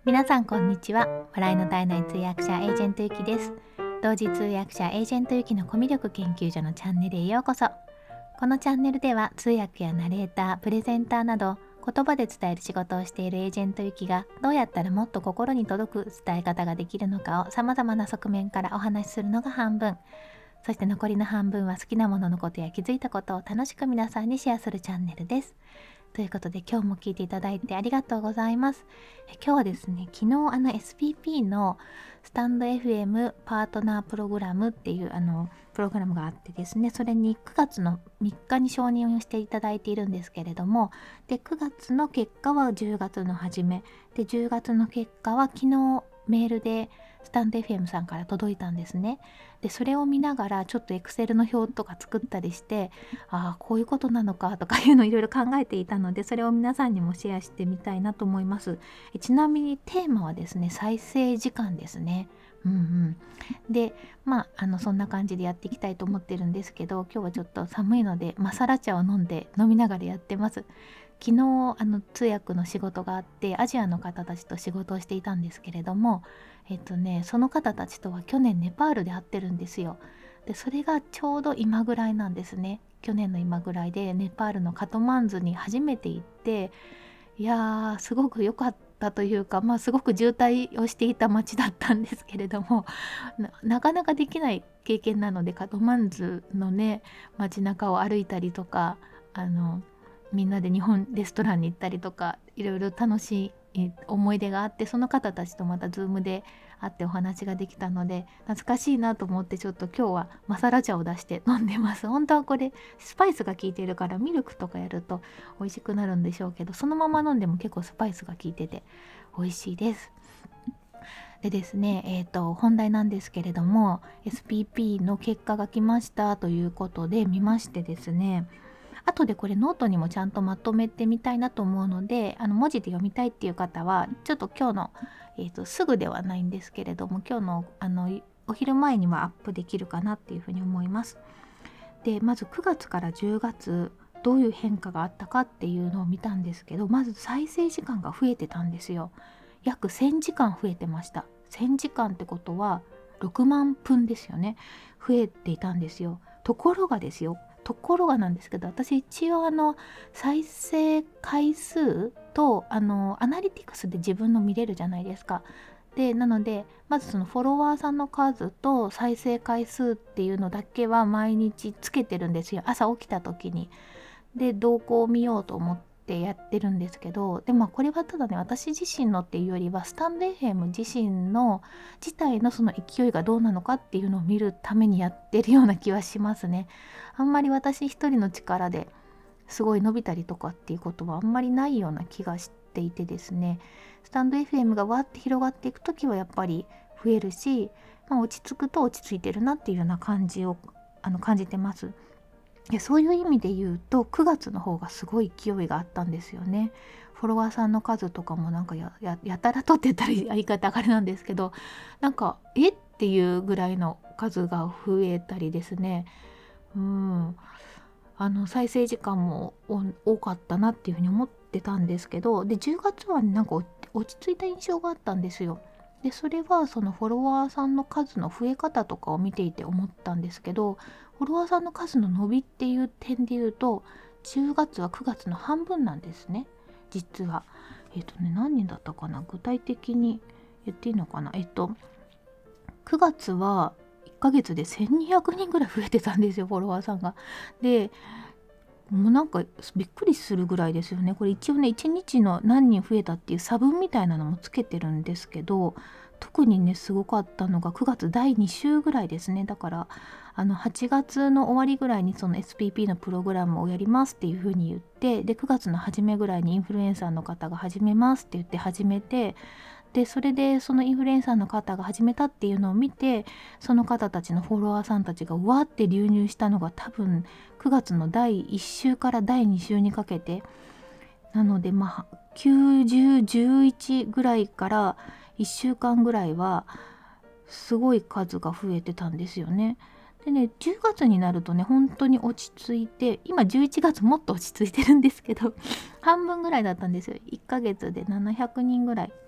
皆さんこんにちは。笑いの体内通訳者エージェントゆきです。同時通訳者エージェントゆきのコミュ力研究所のチャンネルへようこそ。このチャンネルでは通訳やナレーター、プレゼンターなど言葉で伝える仕事をしているエージェントゆきがどうやったらもっと心に届く伝え方ができるのかを様々な側面からお話しするのが半分、そして残りの半分は好きなもののことや気づいたことを楽しく皆さんにシェアするチャンネルです。ということで今日も聞いていただいてありがとうございます。今日はですね、昨日SPP のスタンド FM パートナープログラムっていうプログラムがあってですね、それに9月の3日に承認をしていただいているんですけれども、で9月の結果は10月の初めで、10月の結果は昨日メールでスタンド FM さんから届いたんですね。でそれを見ながらちょっと Excel の表とか作ったりして、こういうことなのかとかいうのをいろいろ考えていたので、それを皆さんにもシェアしてみたいなと思います。ちなみにテーマはですね、再生時間ですね。でそんな感じでやっていきたいと思ってるんですけど、今日はちょっと寒いのでマサラ茶を飲みながらやってます。昨日通訳の仕事があってアジアの方たちと仕事をしていたんですけれども、その方たちとは去年ネパールで会ってるんですよ。でそれがちょうど今ぐらいなんですね。去年の今ぐらいでネパールのカトマンズに初めて行って、いやーすごく良かったというか、すごく渋滞をしていた街だったんですけれども、なかなかできない経験なので、カトマンズのね街中を歩いたりとか、みんなで日本レストランに行ったりとか、いろいろ楽しい思い出があって、その方たちとまたズームで会ってお話ができたので懐かしいなと思って、ちょっと今日はマサラ茶を出して飲んでます。本当はこれスパイスが効いてるからミルクとかやると美味しくなるんでしょうけど、そのまま飲んでも結構スパイスが効いてて美味しいです。でですね、本題なんですけれども、 SPP の結果が来ましたということで見ましてですね、後でこれノートにもちゃんとまとめてみたいなと思うので、文字で読みたいっていう方はちょっと今日の、すぐではないんですけれども、今日のお昼前にはアップできるかなっていうふうに思います。でまず9月から10月どういう変化があったかっていうのを見たんですけど、まず再生時間が増えてたんですよ。約1000時間増えてました。1000時間ってことは6万分ですよね。増えていたんですよ。ところがなんですけど、私一応再生回数とアナリティクスで自分の見れるじゃないですか。でなのでまずそのフォロワーさんの数と再生回数っていうのだけは毎日つけてるんですよ。朝起きた時にで動向を見ようと思ってやってるんですけど、でこれはただね、私自身のっていうよりはスタンド FM 自身の自体のその勢いがどうなのかっていうのを見るためにやってるような気はしますね。あんまり私一人の力ですごい伸びたりとかっていうことはあんまりないような気がしていてですね、スタンド FM がわーって広がっていくときはやっぱり増えるし、落ち着くと落ち着いてるなっていうような感じを感じてます。そういう意味で言うと9月の方がすごい勢いがあったんですよね。フォロワーさんの数とかもなんかやたらとって言ったら言い方あれなんですけど、なんかっていうぐらいの数が増えたりですね、再生時間も多かったなっていうふうに思ってたんですけど、で10月はねなんか落ち着いた印象があったんですよ。でそれはそのフォロワーさんの数の増え方とかを見ていて思ったんですけど、フォロワーさんの数の伸びっていう点で言うと10月は9月の半分なんですね、実は。何人だったかな、具体的に言っていいのかな。9月は1ヶ月で1200人ぐらい増えてたんですよ、フォロワーさんが。でもうなんかびっくりするぐらいですよね。これ一応ね1日の何人増えたっていう差分みたいなのもつけてるんですけど、特にねすごかったのが9月第2週ぐらいですね。だから8月の終わりぐらいにその SPP のプログラムをやりますっていう風に言って、で9月の初めぐらいにインフルエンサーの方が始めますって言って始めて、でそれでそのインフルエンサーの方が始めたっていうのを見て、その方たちのフォロワーさんたちがわーって流入したのが多分9月の第1週から第2週にかけてなので、90、11ぐらいから1週間ぐらいはすごい数が増えてたんですよね。でね、10月になるとね本当に落ち着いて、今11月もっと落ち着いてるんですけど半分ぐらいだったんですよ。1ヶ月で700人ぐらいで、こ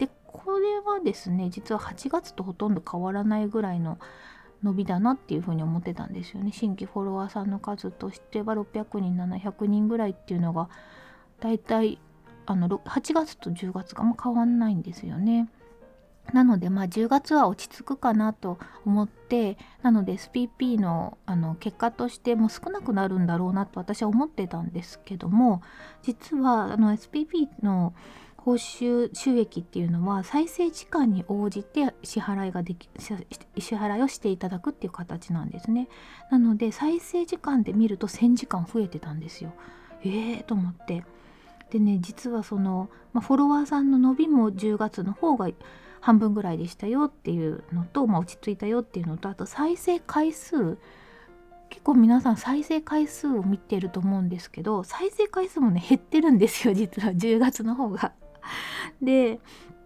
これはですね実は8月とほとんど変わらないぐらいの伸びだなっていうふうに思ってたんですよね。新規フォロワーさんの数としては600人700人ぐらいっていうのがだいたい8月と10月が変わんないんですよね。なので10月は落ち着くかなと思って、なので SPP の結果としても少なくなるんだろうなと私は思ってたんですけども、実はSPP の報酬収益っていうのは再生時間に応じて支払いをしていただくっていう形なんですね。なので再生時間で見ると1000時間増えてたんですよ。と思って。でね、実はフォロワーさんの伸びも10月の方が半分ぐらいでしたよっていうのと、落ち着いたよっていうのと、あと再生回数、結構皆さん再生回数を見てると思うんですけど、再生回数もね減ってるんですよ、実は10月の方が。で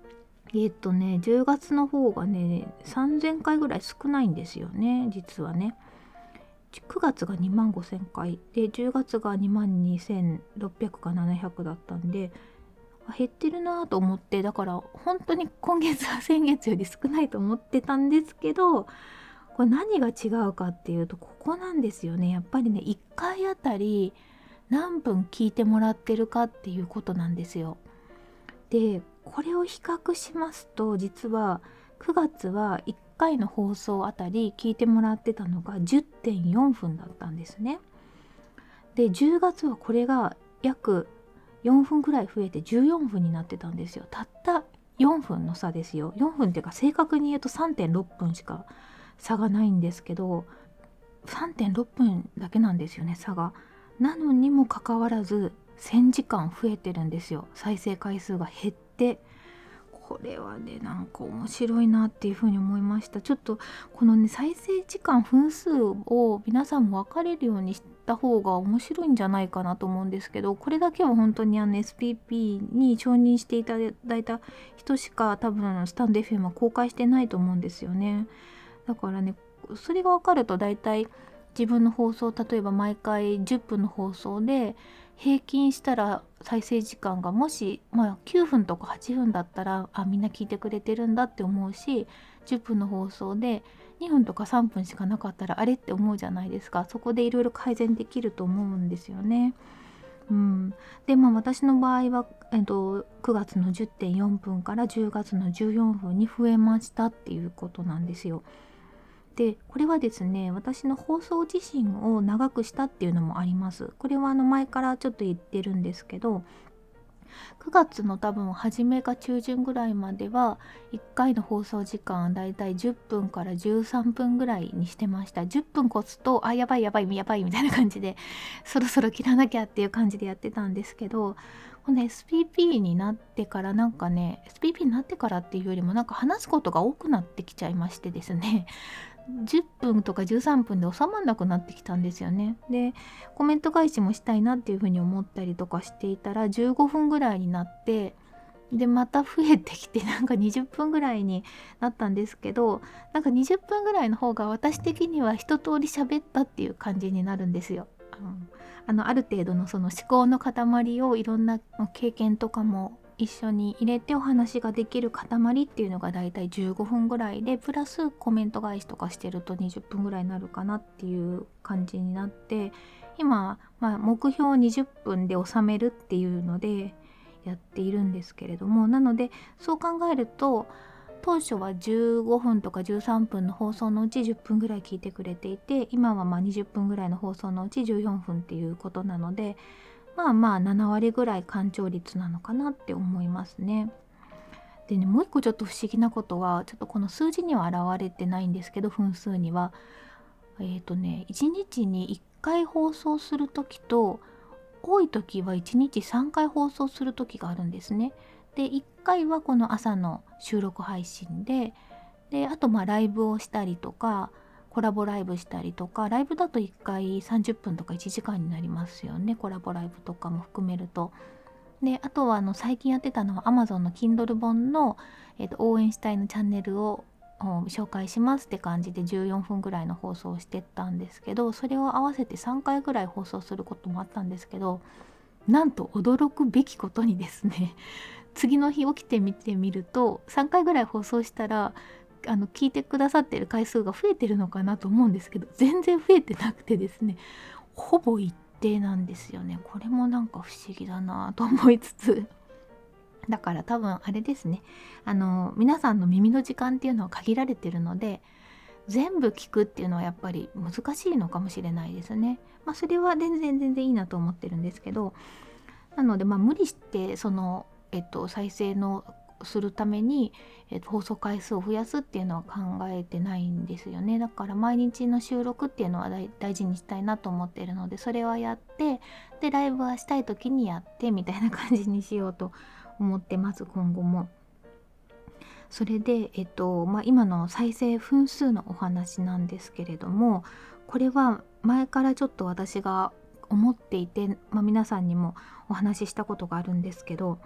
10月の方がね3000回ぐらい少ないんですよね、実はね。9月が2万5000回で10月が2万2600か700だったんで減ってるなと思って、だから本当に今月は先月より少ないと思ってたんですけど、これ何が違うかっていうとここなんですよね。やっぱりね1回あたり何分聞いてもらってるかっていうことなんですよ。でこれを比較しますと、実は9月は1回の放送あたり聞いてもらってたのが 10.4 分だったんですね。で10月はこれが約4分くらい増えて14分になってたんですよ。たった4分の差ですよ。4分っていうか正確に言うと 3.6 分しか差がないんですけど、3.6 分だけなんですよね、差が。なのにもかかわらず1000時間増えてるんですよ、再生回数が減って。これはねなんか面白いなっていうふうに思いました。ちょっとこのね再生時間分数を皆さんも分かれるようにした方が面白いんじゃないかなと思うんですけど、これだけは本当にSPP に承認していただいた人しか多分スタンド FM は公開してないと思うんですよね。だからねそれが分かるとだいたい自分の放送、例えば毎回10分の放送で平均したら再生時間がもし、9分とか8分だったらみんな聞いてくれてるんだって思うし、10分の放送で2分とか3分しかなかったらあれって思うじゃないですか。そこでいろいろ改善できると思うんですよね。で私の場合は、9月の 10.4 分から10月の14分に増えましたっていうことなんですよ。でこれはですね、私の放送自身を長くしたっていうのもあります。これは前からちょっと言ってるんですけど、9月の多分初めか中旬ぐらいまでは1回の放送時間だいたい10分から13分ぐらいにしてました。10分越すとやばいやばいやばいみたいな感じでそろそろ切らなきゃっていう感じでやってたんですけど、この SPP になってからSPP になってからっていうよりも話すことが多くなってきちゃいましてですね10分とか13分で収まんなくなってきたんですよね。でコメント返しもしたいなっていうふうに思ったりとかしていたら15分ぐらいになって、でまた増えてきて20分ぐらいになったんですけど、20分ぐらいの方が私的には一通り喋ったっていう感じになるんですよ。ある程度のその思考の塊をいろんな経験とかも一緒に入れてお話ができる塊っていうのがだいたい15分ぐらいで、プラスコメント返しとかしてると20分ぐらいになるかなっていう感じになって、今、目標20分で収めるっていうのでやっているんですけれども、なのでそう考えると当初は15分とか13分の放送のうち10分ぐらい聞いてくれていて、今は20分ぐらいの放送のうち14分っていうことなので、7割ぐらい完聴率なのかなって思いますね。でね、もう一個ちょっと不思議なことは、ちょっとこの数字には現れてないんですけど、分数には1日に1回放送する時と、多い時は1日3回放送する時があるんですね。で1回はこの朝の収録配信で、あとライブをしたりとかコラボライブしたりとか、ライブだと1回30分とか1時間になりますよね、コラボライブとかも含めると。であとは最近やってたのは Amazon の Kindle 本の、応援したいのチャンネルを紹介しますって感じで14分ぐらいの放送をしてったんですけど、それを合わせて3回ぐらい放送することもあったんですけど、なんと驚くべきことにですね次の日起きてみてみると3回ぐらい放送したら聞いてくださってる回数が増えてるのかなと思うんですけど、全然増えてなくてですね、ほぼ一定なんですよね。これもなんか不思議だなと思いつつ、だから多分あれですね、皆さんの耳の時間っていうのは限られてるので、全部聞くっていうのはやっぱり難しいのかもしれないですね。それは全然いいなと思ってるんですけど、なので無理して再生のするために、放送回数を増やすっていうのは考えてないんですよね。だから毎日の収録っていうのは大事にしたいなと思っているので、それはやって、でライブはしたい時にやってみたいな感じにしようと思ってます、今後も。それで、今の再生分数のお話なんですけれども、これは前からちょっと私が思っていて、皆さんにもお話ししたことがあるんですけど、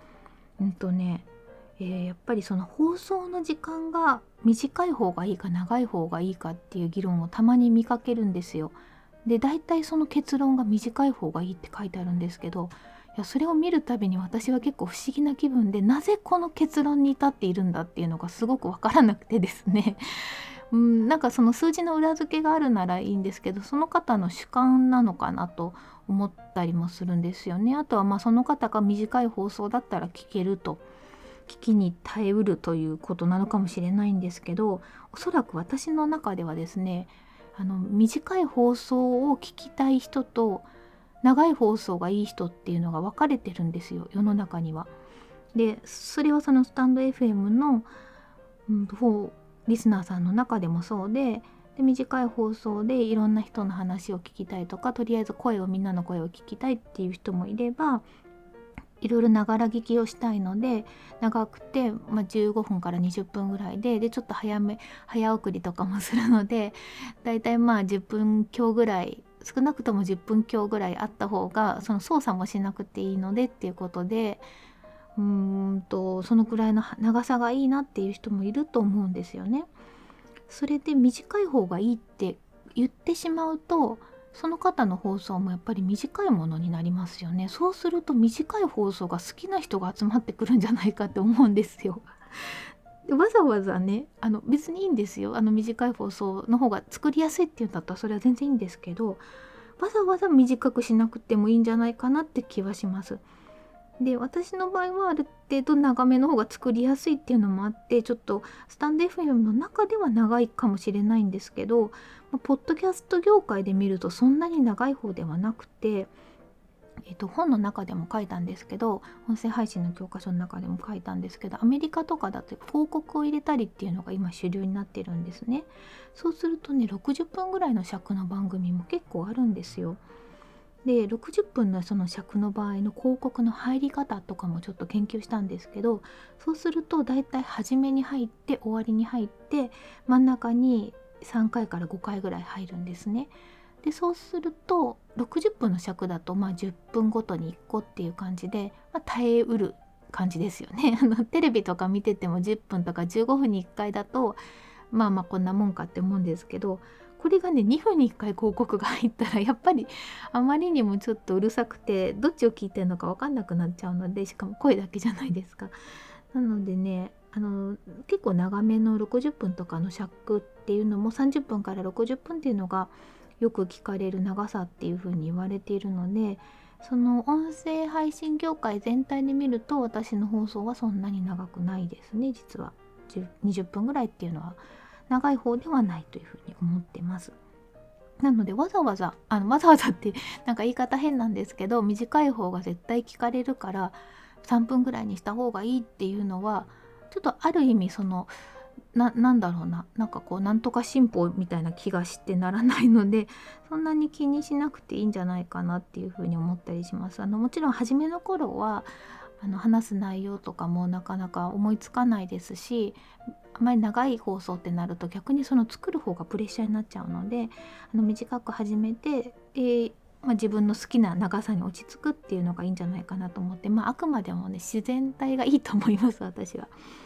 やっぱりその放送の時間が短い方がいいか長い方がいいかっていう議論をたまに見かけるんですよ。で、大体その結論が短い方がいいって書いてあるんですけど、それを見るたびに私は結構不思議な気分で、なぜこの結論に至っているんだっていうのがすごくわからなくてですねなんかその数字の裏付けがあるならいいんですけど、その方の主観なのかなと思ったりもするんですよね。あとはその方が短い放送だったら聞けると、聞きに耐えうるということなのかもしれないんですけど、おそらく私の中ではですね、短い放送を聞きたい人と長い放送がいい人っていうのが分かれてるんですよ、世の中には。で、それはそのスタンド FM の、リスナーさんの中でもそうで、短い放送でいろんな人の話を聞きたいとか、とりあえずみんなの声を聞きたいっていう人もいれば、いろいろながら聞きをしたいので、長くて、15分から20分ぐらいでちょっと早送りとかもするので、だいたい10分強ぐらい、少なくとも10分強ぐらいあった方がその操作もしなくていいのでっていうことで、そのくらいの長さがいいなっていう人もいると思うんですよね。それで短い方がいいって言ってしまうと、その方の放送もやっぱり短いものになりますよね。そうすると短い放送が好きな人が集まってくるんじゃないかって思うんですよ。で、わざわざね、別にいいんですよ。短い放送の方が作りやすいっていうんだったらそれは全然いいんですけど、わざわざ短くしなくてもいいんじゃないかなって気はします。で、私の場合はある程度長めの方が作りやすいっていうのもあって、ちょっとスタンド FM の中では長いかもしれないんですけど、ポッドキャスト業界で見るとそんなに長い方ではなくて、本の中でも書いたんですけど、音声配信の教科書の中でも書いたんですけど、アメリカとかだと広告を入れたりっていうのが今主流になってるんですね。そうするとね、60分ぐらいの尺の番組も結構あるんですよ。で、60分のその尺の場合の広告の入り方とかもちょっと研究したんですけど、そうするとだいたい初めに入って終わりに入って真ん中に3回から5回ぐらい入るんですね。で、そうすると60分の尺だと10分ごとに1個っていう感じで、耐えうる感じですよね。テレビとか見てても10分とか15分に1回だとこんなもんかって思うんですけど、これがね2分に1回広告が入ったらやっぱりあまりにもちょっとうるさくて、どっちを聞いてるのか分かんなくなっちゃうので、しかも声だけじゃないですか。なのでね、結構長めの60分とかの尺っていうのも、30分から60分っていうのがよく聞かれる長さっていう風に言われているので、その音声配信業界全体で見ると私の放送はそんなに長くないですね。実は20分ぐらいっていうのは長い方ではないというふうに思ってます。なのでわざわざってなんか言い方変なんですけど、短い方が絶対聞かれるから3分ぐらいにした方がいいっていうのは、ちょっとある意味なんだろうな、なんかなんとか進歩みたいな気がしてならないので、そんなに気にしなくていいんじゃないかなっていうふうに思ったりします。もちろん初めの頃は話す内容とかもなかなか思いつかないですし、あまり長い放送ってなると逆にその作る方がプレッシャーになっちゃうので、短く始めて、自分の好きな長さに落ち着くっていうのがいいんじゃないかなと思って、あくまでもね自然体がいいと思います、私は。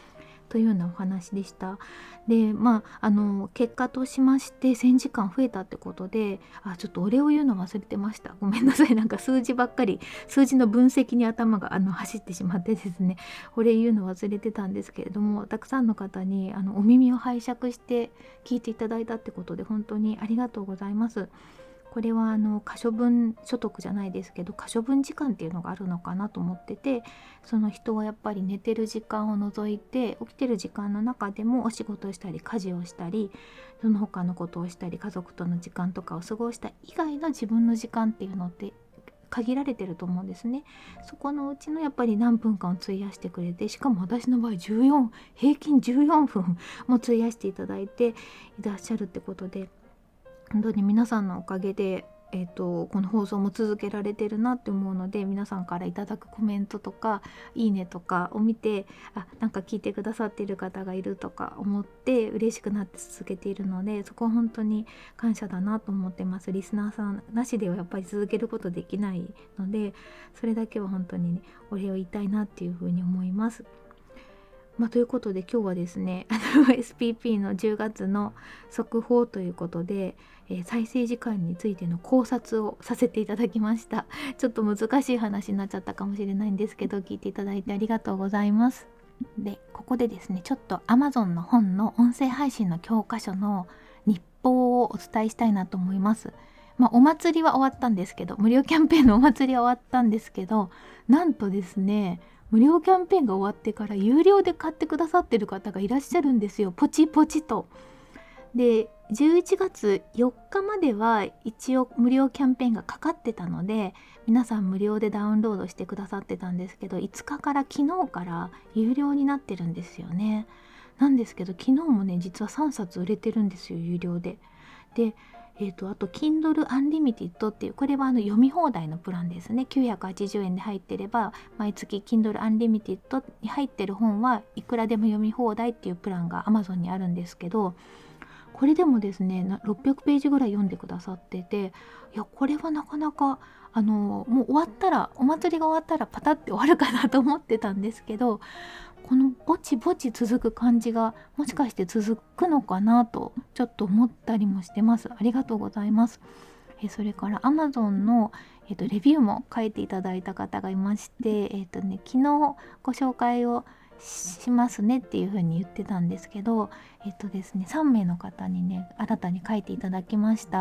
というようなお話でした。で結果としまして1000時間増えたってことで、ちょっとお礼を言うの忘れてました。ごめんなさい。なんか数字ばっかり、数字の分析に頭が走ってしまってですね、お礼言うの忘れてたんですけれども、たくさんの方にお耳を拝借して聞いていただいたってことで本当にありがとうございます。これは可処分所得じゃないですけど、可処分時間っていうのがあるのかなと思ってて、その人はやっぱり寝てる時間を除いて起きてる時間の中でもお仕事をしたり家事をしたり、その他のことをしたり家族との時間とかを過ごした以外の自分の時間っていうのって限られてると思うんですね。そこのうちのやっぱり何分間を費やしてくれて、しかも私の場合平均14分も費やしていただいていらっしゃるってことで、本当に皆さんのおかげで、この放送も続けられてるなって思うので、皆さんからいただくコメントとかいいねとかを見て、なんか聞いてくださっている方がいるとか思って嬉しくなって続けているので、そこは本当に感謝だなと思ってます。リスナーさんなしではやっぱり続けることできないので、それだけは本当に、お礼を言いたいなっていうふうに思います。ということで今日はですねSPP の10月の速報ということで、再生時間についての考察をさせていただきました。ちょっと難しい話になっちゃったかもしれないんですけど、聞いていただいてありがとうございます。でここでですね、ちょっと Amazon の本の音声配信の教科書の日報をお伝えしたいなと思います。お祭りは終わったんですけど、無料キャンペーンのお祭りは終わったんですけど、なんとですね、無料キャンペーンが終わってから有料で買ってくださってる方がいらっしゃるんですよ。ポチポチと。で11月4日までは一応無料キャンペーンがかかってたので、皆さん無料でダウンロードしてくださってたんですけど、5日から昨日から有料になってるんですよね。なんですけど昨日もね、実は3冊売れてるんですよ、有料で。であと Kindle Unlimited っていう、これは読み放題のプランですね。980円で入ってれば毎月 Kindle Unlimited に入ってる本はいくらでも読み放題っていうプランが Amazon にあるんですけど、これでもですね600ページぐらい読んでくださってて、いやこれはなかなかもう終わったら、お祭りが終わったらパタって終わるかなと思ってたんですけど、このぼちぼち続く感じがもしかして続くのかなとちょっと思ったりもしてます。ありがとうございます。それから Amazon の、レビューも書いていただいた方がいまして、昨日ご紹介をしますねっていう風に言ってたんですけど、ですね、3名の方にね新たに書いていただきました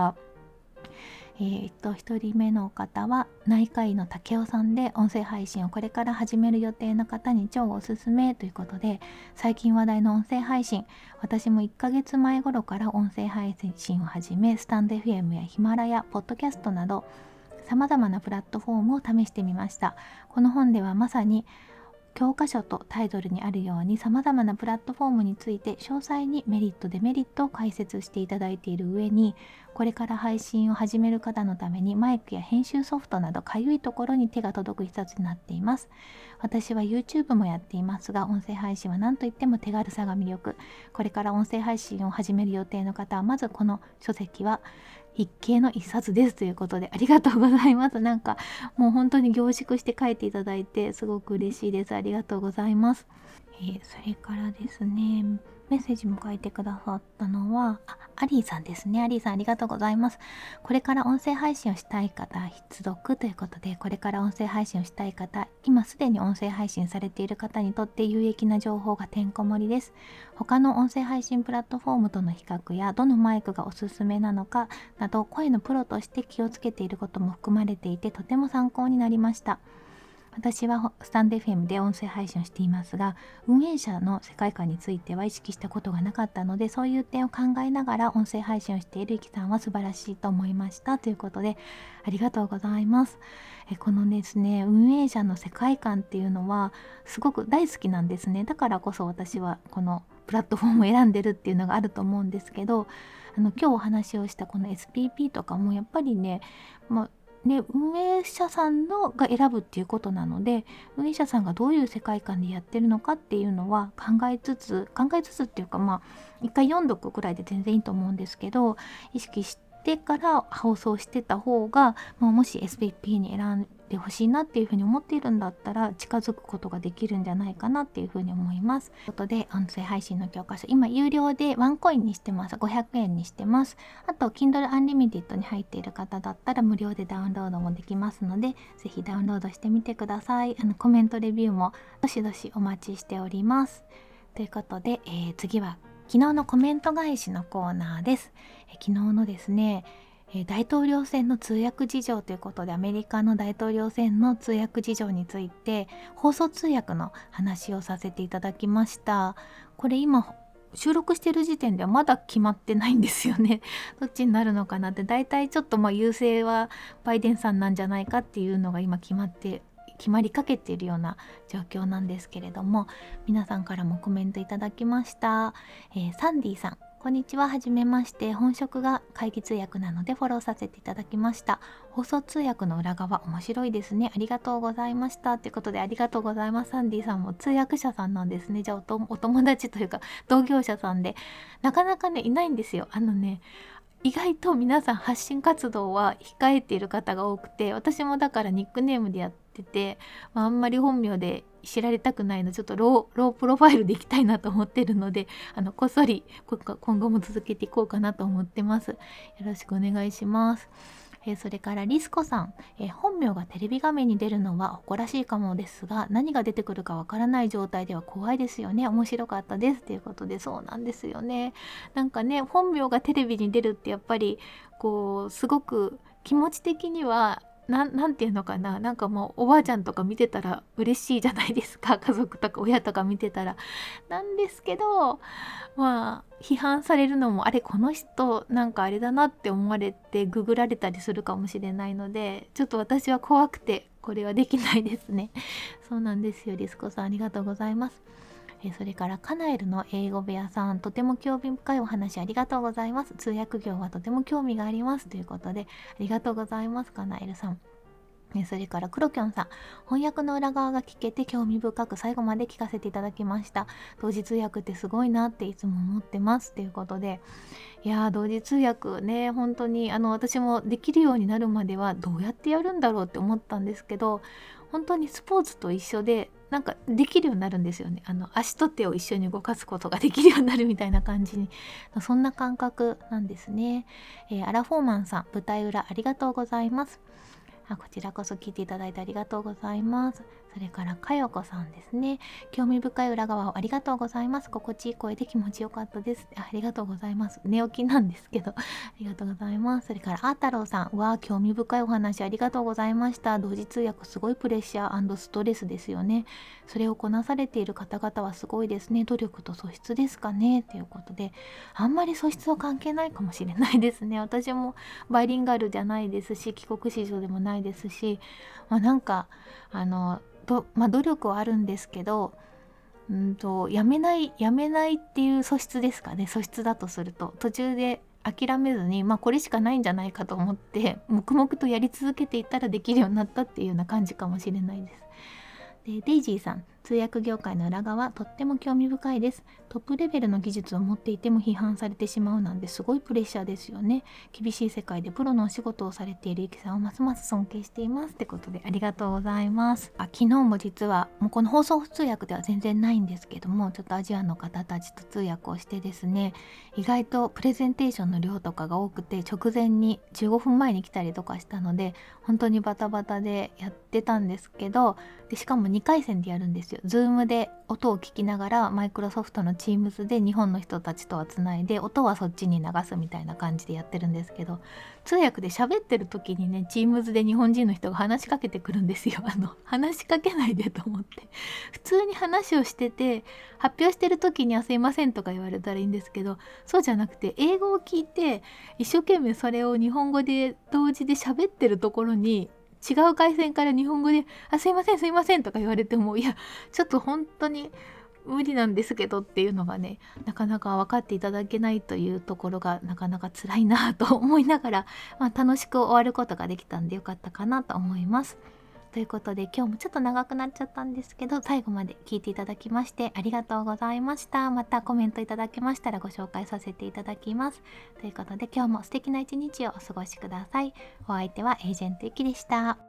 。1人目の方は内科医の竹雄さんで、音声配信をこれから始める予定の方に超おすすめということで、最近話題の音声配信、私も1ヶ月前頃から音声配信を始め、スタンド FM やヒマラヤ、ポッドキャストなどさまざまなプラットフォームを試してみました。この本ではまさに教科書とタイトルにあるように、さまざまなプラットフォームについて詳細にメリットデメリットを解説していただいている上に、これから配信を始める方のためにマイクや編集ソフトなどかゆいところに手が届く一冊になっています。私は YouTube もやっていますが、音声配信は何といっても手軽さが魅力。これから音声配信を始める予定の方は、まずこの書籍は必見の一冊ですということで、ありがとうございます。なんかもう本当に凝縮して書いていただいてすごく嬉しいです。ありがとうございます。それからですね、メッセージも書いてくださったのはアリーさんですね。アリーさんありがとうございます。これから音声配信をしたい方必読ということで、これから音声配信をしたい方、今すでに音声配信されている方にとって有益な情報がてんこ盛りです。他の音声配信プラットフォームとの比較や、どのマイクがおすすめなのかなど、声のプロとして気をつけていることも含まれていて、とても参考になりました。私はスタンド FM で音声配信をしていますが、運営者の世界観については意識したことがなかったので、そういう点を考えながら音声配信をしているイキさんは素晴らしいと思いましたということで、ありがとうございます。このですね、運営者の世界観っていうのはすごく大好きなんですね。だからこそ私はこのプラットフォームを選んでるっていうのがあると思うんですけど、今日お話をしたこの SPP とかもやっぱりね、運営者さんのが選ぶっていうことなので、運営者さんがどういう世界観でやってるのかっていうのは考えつつっていうか、一回読んどくくらいで全然いいと思うんですけど、意識してから放送してた方が、もし SPP に選でほしいなっていうふうに思っているんだったら近づくことができるんじゃないかなっていうふうに思います。ということで音声配信の教科書今有料でワンコインにしてます。500円にしてます。あと Kindle Unlimited に入っている方だったら無料でダウンロードもできますので、ぜひダウンロードしてみてください。コメントレビューもどしどしお待ちしております。ということで、次は昨日のコメント返しのコーナーです。昨日のですね、大統領選の通訳事情ということで、アメリカの大統領選の通訳事情について放送通訳の話をさせていただきました。これ今収録してる時点ではまだ決まってないんですよね。どっちになるのかなって、だいたいちょっと優勢はバイデンさんなんじゃないかっていうのが今決まりかけているような状況なんですけれども、皆さんからもコメントいただきました。サンディさん、こんにちは。はじめまして。本職が会議通訳なのでフォローさせていただきました。放送通訳の裏側面白いですね。ありがとうございました。ということで、ありがとうございます。サンディさんも通訳者さんなんですね。じゃあお友達というか同業者さんで、なかなかねいないんですよ。意外と皆さん発信活動は控えている方が多くて、私もだからニックネームでやってて、あんまり本名で知られたくないの、ちょっとロープロファイルでいきたいなと思ってるので、こっそり今後も続けていこうかなと思ってます。よろしくお願いします。それからリスコさん、本名がテレビ画面に出るのは誇らしいかもですが、何が出てくるかわからない状態では怖いですよね。面白かったですということで、そうなんですよね。なんかね、本名がテレビに出るってやっぱりすごく気持ち的にはなんていうのかな、なんかもうおばあちゃんとか見てたら嬉しいじゃないですか。家族とか親とか見てたら。なんですけど、批判されるのも、あれこの人なんかあれだなって思われてググられたりするかもしれないので、ちょっと私は怖くてこれはできないですね。そうなんですよ。リスコさんありがとうございます。それからカナエルの英語部屋さん、とても興味深いお話ありがとうございます。通訳業はとても興味がありますということで、ありがとうございます。カナエルさん。それからクロキョンさん、翻訳の裏側が聞けて興味深く最後まで聞かせていただきました。同時通訳ってすごいなっていつも思ってますということで、いやー、同時通訳ね、本当に私もできるようになるまではどうやってやるんだろうって思ったんですけど、本当にスポーツと一緒でなんかできるようになるんですよね。足と手を一緒に動かすことができるようになるみたいな感じに、そんな感覚なんですね。アラフォーマンさん、舞台裏ありがとうございます。こちらこそ聞いていただいてありがとうございます。それからかよこさんですね。興味深い裏側をありがとうございます。心地いい声で気持ちよかったです。ありがとうございます。寝起きなんですけどありがとうございます。それからあーたろうさん、興味深いお話ありがとうございました。同時通訳すごいプレッシャー&ストレスですよね。それをこなされている方々はすごいですね。努力と素質ですかねということで、あんまり素質は関係ないかもしれないですね。私もバイリンガルじゃないですし、帰国子女でもないですし、なんか努力はあるんですけど、やめないっていう素質ですかね。素質だとすると途中で諦めずに、これしかないんじゃないかと思って黙々とやり続けていったらできるようになったっていうような感じかもしれないです。でデイジーさん、通訳業界の裏側とっても興味深いです。トップレベルの技術を持っていても批判されてしまうなんてすごいプレッシャーですよね。厳しい世界でプロのお仕事をされているゆきさんをますます尊敬していますってことで、ありがとうございます。昨日も実はもうこの放送通訳では全然ないんですけども、ちょっとアジアの方たちと通訳をしてですね、意外とプレゼンテーションの量とかが多くて、直前に15分前に来たりとかしたので本当にバタバタでやってたんですけど、でしかも2回戦でやるんですよ。Zoom で音を聞きながらマイクロソフトの Teams で日本の人たちとはつないで、音はそっちに流すみたいな感じでやってるんですけど、通訳で喋ってる時にね、 Teams で日本人の人が話しかけてくるんですよ。話しかけないでと思って、普通に話をしてて発表してる時にはすいませんとか言われたらいいんですけど、そうじゃなくて英語を聞いて一生懸命それを日本語で同時で喋ってるところに、違う回線から日本語で「すいませんすいません」とか言われても、いやちょっと本当に無理なんですけどっていうのがね、なかなか分かっていただけないというところがなかなか辛いなと思いながら、楽しく終わることができたんでよかったかなと思います。ということで今日もちょっと長くなっちゃったんですけど、最後まで聞いていただきましてありがとうございました。またコメントいただけましたらご紹介させていただきます。ということで今日も素敵な一日をお過ごしください。お相手はエージェントゆきでした。